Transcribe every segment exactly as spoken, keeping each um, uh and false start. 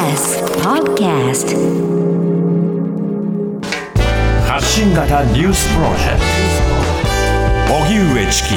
エス Podcast 発信型ニュースプロジェクト荻上チキ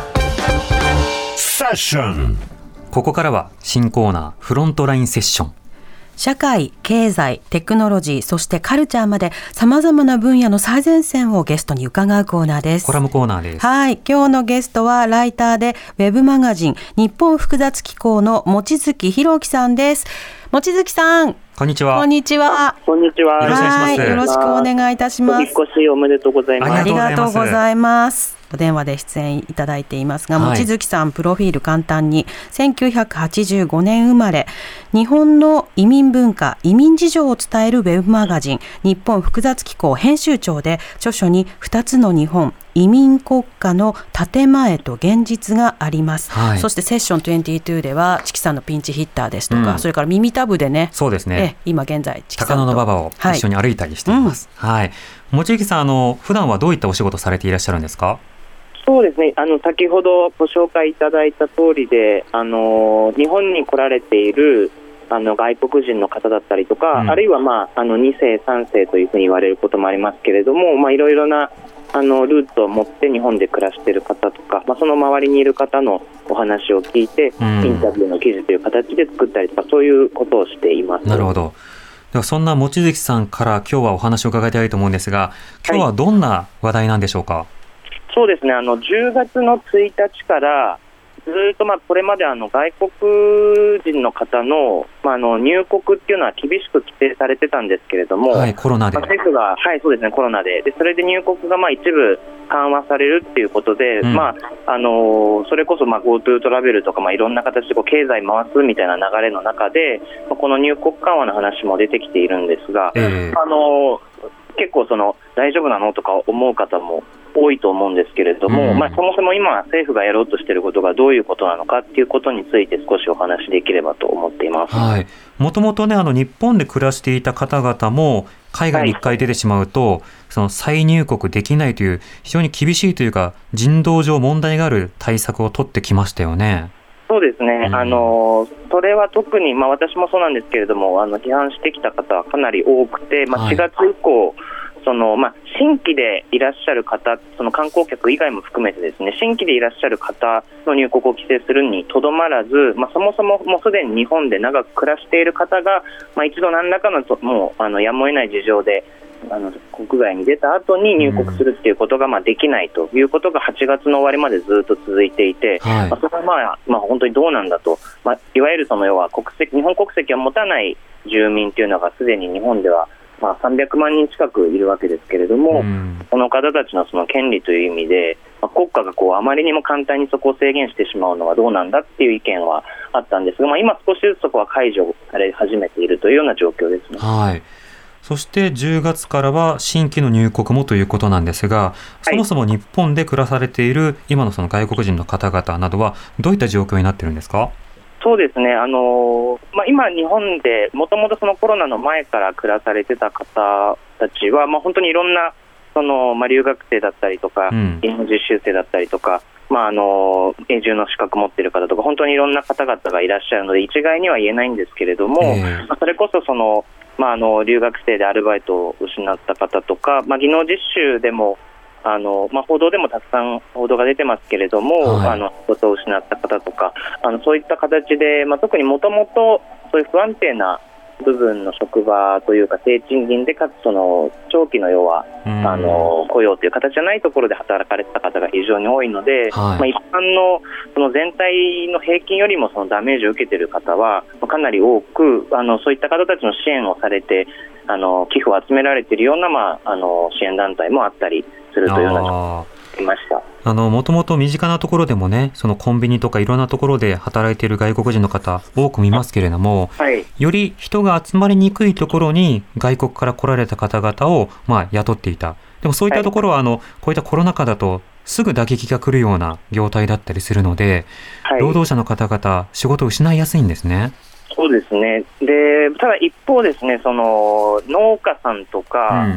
セッション。 ここからは新コーナーフロントラインセッション。 社会、経済、テクノロジー、そしてカルチャーまで様々な分野の最前線をゲストに伺うコーナーです。 コラムコーナーです。 はい、今日のゲストはライターでウェブマガジン日本複雑機構の望月博樹さんです。望月さん、 こんにちは。 こんにちは。 こんにちは。 よろしくお願いします。 はい、よろしくお願いいたします。 お引っ越しおめでとうございます。 ありがとうございます。お電話で出演いただいていますが、望月さんプロフィール簡単にせんきゅうひゃくはちじゅうごねん生まれ、日本の移民文化移民事情を伝えるウェブマガジン日本複雑機構編集長で、著書にふたつの日本移民国家の建前と現実があります、はい、そしてセッションにじゅうにではチキさんのピンチヒッターですとか、うん、それから耳たぶでね、 そうですね、 え今現在チキさんと高野の馬場を一緒に歩いたりしています、はい、うん、はい、望月さん、あの普段はどういったお仕事されていらっしゃるんですか？ そうですね、あの先ほどご紹介いただいた通りで、あの日本に来られているあの外国人の方だったりとか、うん、あるいは、まあ、あのに世さん世というふうに言われることもありますけれども、まあ、いろいろなあのルーツを持って日本で暮らしている方とか、まあ、その周りにいる方のお話を聞いて、うん、インタビューの記事という形で作ったりとか、そういうことをしています。 なるほど。ではそんな望月さんから今日はお話を伺いたいと思うんですが、今日はどんな話題なんでしょうか？はい、 そうですね、あのじゅうがつのついたちからずっと、まあ、これまであの外国人の方の、まあ、あの入国っていうのは厳しく規制されてたんですけれども、 はい、コロナで、 まあ、政府が、はい、そうですね、コロナで、でそれで入国がまあ一部緩和されるっていうことで、うん、まああのそれこそまあ GoTo トラベルとか、まあ、いろんな形でこう経済回すみたいな流れの中で、まあ、この入国緩和の話も出てきているんですが、えー、あの結構その大丈夫なのとか思う方も多いと思うんですけれども、うん、まあ、そもそも今政府がやろうとしていることがどういうことなのかっていうことについて少しお話しできればと思っています。 はい、もともとね、あの日本で暮らしていた方々も海外にいっかい出てしまうと、はい、その再入国できないという非常に厳しいというか人道上問題がある対策を取ってきましたよね。 そうですね、うん、あのそれは特に、まあ、私もそうなんですけれども、あの批判してきた方はかなり多くて、まあ、しがつ以降、はい、そのまあ、新規でいらっしゃる方、その観光客以外も含めてですね、新規でいらっしゃる方の入国を規制するにとどまらず、まあ、そもそももうすでに日本で長く暮らしている方が、まあ、一度何らかのともうあのやむを得ない事情であの国外に出た後に入国するということがまあできないということがはちがつの終わりまでずっと続いていて、はい、まあ、それは、まあまあ、本当にどうなんだと、まあ、いわゆるその要は国籍日本国籍を持たない住民というのがすでに日本ではまあ、さんびゃくまんにん近くいるわけですけれども、うん、この方たちのその権利という意味で、まあ、国家がこうあまりにも簡単にそこを制限してしまうのはどうなんだっていう意見はあったんですが、まあ、今少しずつそこは解除され始めているというような状況ですね。 はい、そしてじゅうがつからは新規の入国もということなんですが、そもそも日本で暮らされている今のその外国人の方々などはどういった状況になっているんですか？ そうですね、あのまあ、今、日本でもともとそのコロナの前から暮らされてた方たちは、まあ、本当にいろんなその、まあ、留学生だったりとか、技能実習生だったりとか、まあ、あの永住の資格持っている方とか、本当にいろんな方々がいらっしゃるので一概には言えないんですけれども、えーまあ、それこそその、まあ、あの留学生でアルバイトを失った方とか、まあ、技能実習でもあのまあ、報道でもたくさん報道が出てますけれども、はい、あの仕事を失った方とか、あのそういった形で、まあ、特にもともとそういう不安定な部分の職場というか低賃金でかつその長期の要はあの雇用という形じゃないところで働かれてた方が非常に多いので、はい、まあ、一般のその全体の平均よりもそのダメージを受けている方はかなり多く、あのそういった方たちの支援をされてあの寄付を集められているような、まあ、あの支援団体もあったりするというような状況がいました。 あのもともと身近なところでもね、そのコンビニとかいろんなところで働いている外国人の方多く見ますけれども、はい、より人が集まりにくいところに外国から来られた方々を、まあ、雇っていた。でもそういったところは、はい、あのこういったコロナ禍だとすぐ打撃が来るような業態だったりするので、はい、労働者の方々仕事を失いやすいんですね。 そうですね。でただ一方ですね、その農家さんとか、うん、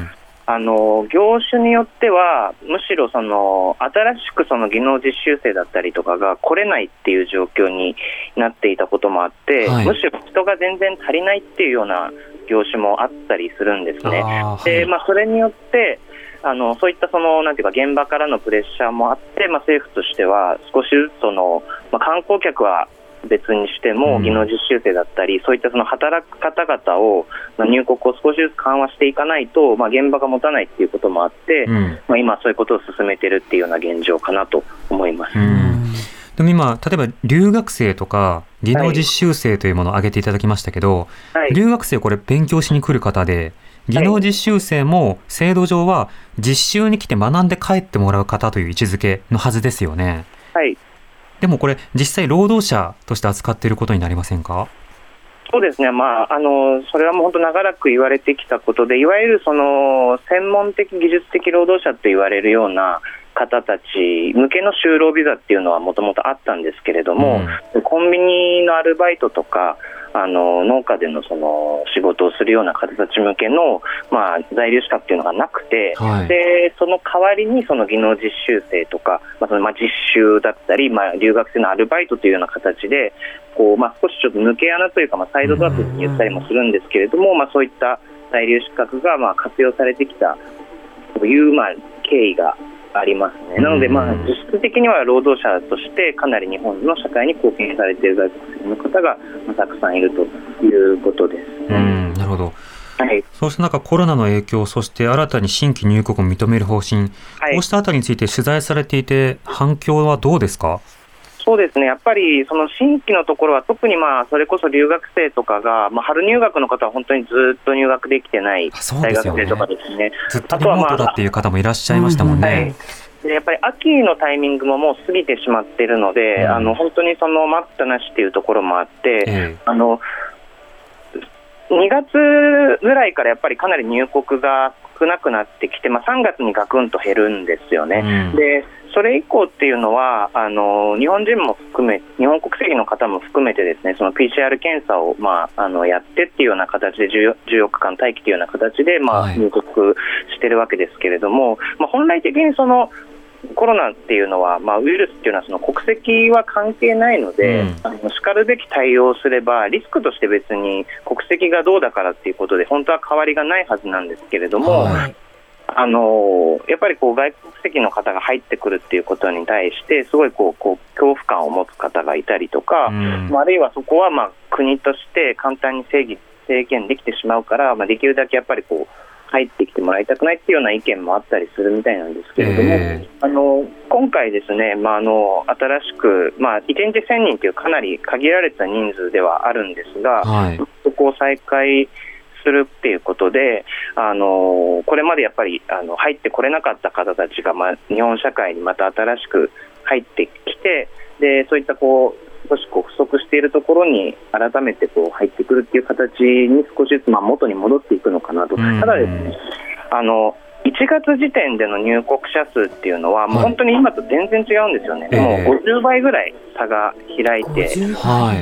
あの業種によってはむしろその新しくその技能実習生だったりとかが来れないっていう状況になっていたこともあって、はい、むしろ人が全然足りないっていうような業種もあったりするんですね。はい、で、まあ、それによってあのそういったそのなんていうか現場からのプレッシャーもあって、まあ、政府としては少しずつその、まあ、観光客は別にしても技能実習生だったり、うん、そういったその働く方々を、まあ、入国を少しずつ緩和していかないと、まあ、現場が持たないっていうこともあって、うん、まあ、今そういうことを進めているっていうような現状かなと思います。うん、 でも今例えば留学生とか技能実習生というものを挙げていただきましたけど、はい、留学生これ勉強しに来る方で技能実習生も制度上は実習に来て学んで帰ってもらう方という位置づけのはずですよね。 はい。 でもこれ実際労働者として扱っていることになりませんか？ そうですね、まあ、あのそれはもう本当長らく言われてきたことで、いわゆるその専門的技術的労働者と言われるような方たち向けの就労ビザっていうのはもともとあったんですけれども、うん、コンビニのアルバイトとかあの農家でのその仕事をするような方たち向けの、まあ、在留資格っていうのがなくて、はい、でその代わりにその技能実習生とか、まあ、そのまあ実習だったり、まあ、留学生のアルバイトというような形でこう、まあ、少しちょっと抜け穴というか、まあ、サイドドアと言ったりもするんですけれども、まあ、そういった在留資格がまあ活用されてきたという、まあ、経緯がありますね。なので、まあ、実質的には労働者としてかなり日本の社会に貢献されている外国籍の方がたくさんいるということです。 うん、なるほど。 はい、 そうした中コロナの影響、そして新たに新規入国を認める方針、はい、こうしたあたりについて取材されていて反響はどうですか？ そうですね、やっぱりその新規のところは特にまあそれこそ留学生とかが、まあ、春入学の方は本当にずっと入学できてない大学生とかですね、 ずっとリモートだっていう方もいらっしゃいましたもんね。 はい、でやっぱり秋のタイミングももう過ぎてしまっているので、うん、あの本当にその待ったなしっていうところもあって、えー、あのにがつぐらいからやっぱりかなり入国が少なくなってきて、まあ、さんがつにガクンと減るんですよね。うん、でそれ以降っていうのはあの日本人も含め日本国籍の方も含めてですね、その ピーシーアール 検査を、まあ、あのやってっていうような形でじゅうよっかかん待機というような形で、まあ、入国してるわけですけれども、はい、まあ、本来的にそのコロナっていうのは、まあ、ウイルスっていうのはその国籍は関係ないので、うん、あのしかるべき対応をすればリスクとして別に国籍がどうだからっていうことで本当は変わりがないはずなんですけれども、はい、あのやっぱりこう外国籍の方が入ってくるっていうことに対してすごいこうこう恐怖感を持つ方がいたりとか、うん、あるいはそこはまあ国として簡単に制限、制限できてしまうから、まあ、できるだけやっぱりこう入ってきてもらいたくないっていうような意見もあったりするみたいなんですけれども、えー、あの今回ですね、まあ、あの新しく、まあ、いちにちせんにんというかなり限られた人数ではあるんですが、はい、そこを再開するっていうことで、あのこれまでやっぱりあの入ってこれなかった方たちが、まあ、日本社会にまた新しく入ってきて、でそういったこう少しこう不足しているところに改めてこう入ってくるっていう形に少しずつまあ元に戻っていくのかなと。ただですね、あのいちがつ時点での入国者数っていうのはもう本当に今と全然違うんですよね。はい、もうごじゅうばいぐらい差が開いて、 はい、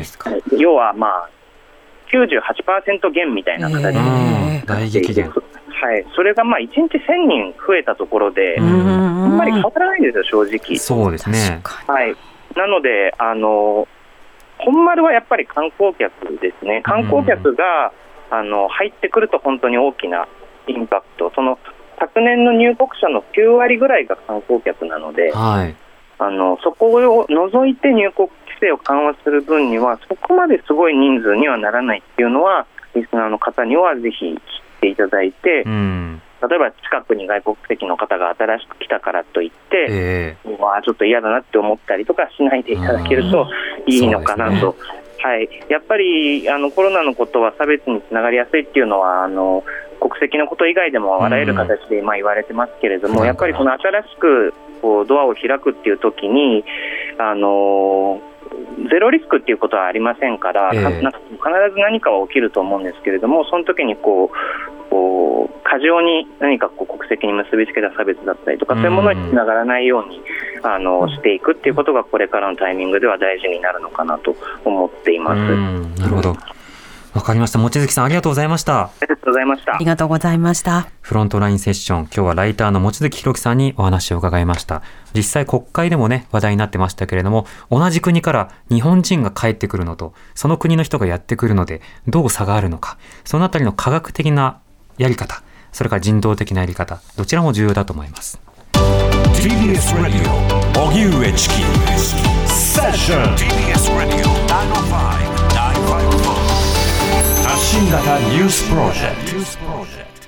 要はまあきゅうじゅうはちパーセント 減みたいな形で、 えー、大激減、 はい、それがまあいちにちせんにん増えたところであんまり変わらないんですよ、正直。 そうですね、 はい、なのであの本丸はやっぱり観光客ですね。観光客があの入ってくると本当に大きなインパクト、その昨年の入国者のきゅうわりぐらいが観光客なので、はい、あのそこを除いて入国規制を緩和する分にはそこまですごい人数にはならないっていうのはリスナーの方にはぜひ知っていただいて、うん、例えば近くに外国籍の方が新しく来たからといって、えー、うわちょっと嫌だなって思ったりとかしないでいただけるといいのかなと。はい、やっぱりあのコロナのことは差別につながりやすいっていうのはあの国籍のこと以外でもあらゆる形で今言われてますけれども、うん、やっぱりこの新しくこうドアを開くっていう時にあのゼロリスクっていうことはありませんから、えー、なんか必ず何かは起きると思うんですけれども、その時にこう、こう過剰に何かこう国籍に結びつけた差別だったりとか、そういうものにつながらないようにあのしていくっていうことがこれからのタイミングでは大事になるのかなと思っています。 うん、なるほど。 わかりました。望月さんありがとうございました。 ありがとうございました。 ありがとうございました。 フロントラインセッション、今日はライターの望月博樹さんにお話を伺いました。実際国会でもね話題になってましたけれども、同じ国から日本人が帰ってくるのとその国の人がやってくるのでどう差があるのか、そのあたりの科学的なやり方、それから人道的なやり方、どちらも重要だと思います。 ティービーエス ラジオ荻上チキセッション ティービーエス ラジオきゅうまるご きゅうまるご 発信型ニュースプロジェクト